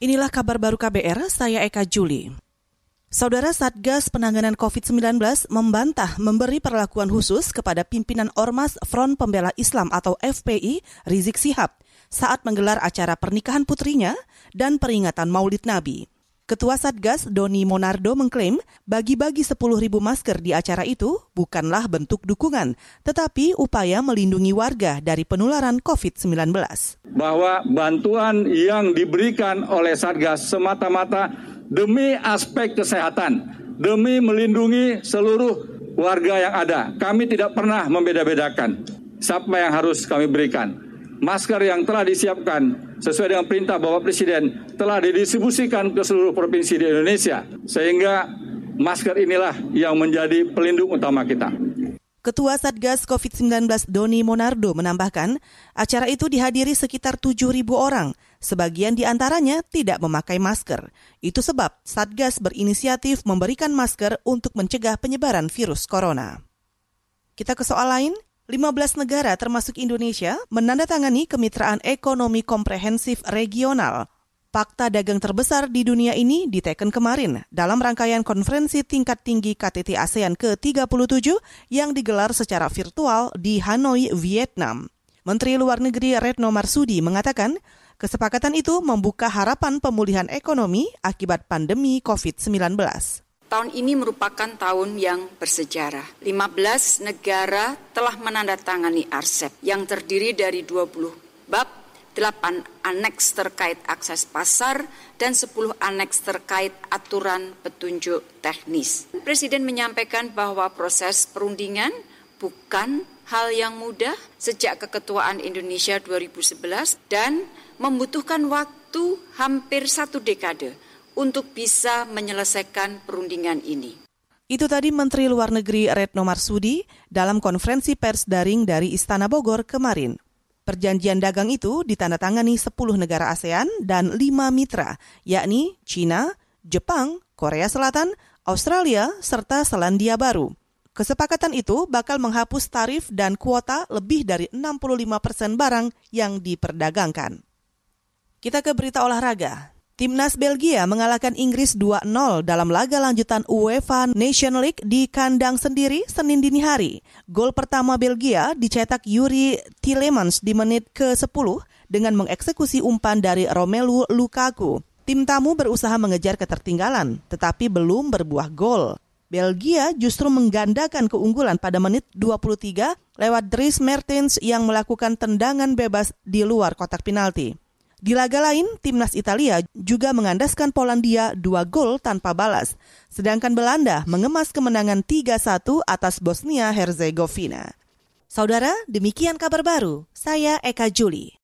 Inilah kabar baru KBR, saya Eka Juli. Saudara, Satgas Penanganan COVID-19 membantah memberi perlakuan khusus kepada pimpinan Ormas Front Pembela Islam atau FPI, Rizik Syihab, saat menggelar acara pernikahan putrinya dan peringatan Maulid Nabi. Ketua Satgas Doni Monardo mengklaim bagi-bagi 10.000 masker di acara itu bukanlah bentuk dukungan, tetapi upaya melindungi warga dari penularan COVID-19. Bahwa bantuan yang diberikan oleh Satgas semata-mata demi aspek kesehatan, demi melindungi seluruh warga yang ada. Kami tidak pernah membeda-bedakan siapa yang harus kami berikan. Masker yang telah disiapkan sesuai dengan perintah Bapak Presiden telah didistribusikan ke seluruh provinsi di Indonesia. Sehingga masker inilah yang menjadi pelindung utama kita. Ketua Satgas COVID-19 Doni Monardo menambahkan, acara itu dihadiri sekitar 7.000 orang. Sebagian di antaranya tidak memakai masker. Itu sebab Satgas berinisiatif memberikan masker untuk mencegah penyebaran virus corona. Kita ke soal lain. 15 negara termasuk Indonesia menandatangani Kemitraan Ekonomi Komprehensif Regional. Fakta dagang terbesar di dunia ini diteken kemarin dalam rangkaian konferensi tingkat tinggi KTT ASEAN ke-37 yang digelar secara virtual di Hanoi, Vietnam. Menteri Luar Negeri Retno Marsudi mengatakan, kesepakatan itu membuka harapan pemulihan ekonomi akibat pandemi COVID-19. Tahun ini merupakan tahun yang bersejarah. 15 negara telah menandatangani RCEP yang terdiri dari 20 bab, 8 aneks terkait akses pasar, dan 10 aneks terkait aturan petunjuk teknis. Presiden menyampaikan bahwa proses perundingan bukan hal yang mudah sejak keketuaan Indonesia 2011 dan membutuhkan waktu hampir 1 dekade untuk bisa menyelesaikan perundingan ini. Itu tadi Menteri Luar Negeri Retno Marsudi dalam konferensi pers daring dari Istana Bogor kemarin. Perjanjian dagang itu ditandatangani 10 negara ASEAN dan 5 mitra, yakni China, Jepang, Korea Selatan, Australia, serta Selandia Baru. Kesepakatan itu bakal menghapus tarif dan kuota lebih dari 65% barang yang diperdagangkan. Kita ke berita olahraga. Timnas Belgia mengalahkan Inggris 2-0 dalam laga lanjutan UEFA Nation League di kandang sendiri Senin dini hari. Gol pertama Belgia dicetak Yuri Tielemans di menit ke-10 dengan mengeksekusi umpan dari Romelu Lukaku. Tim tamu berusaha mengejar ketertinggalan, tetapi belum berbuah gol. Belgia justru menggandakan keunggulan pada menit 23 lewat Dries Mertens yang melakukan tendangan bebas di luar kotak penalti. Di laga lain, timnas Italia juga mengandaskan Polandia 2 gol tanpa balas. Sedangkan Belanda mengemas kemenangan 3-1 atas Bosnia Herzegovina. Saudara, demikian kabar baru. Saya Eka Juli.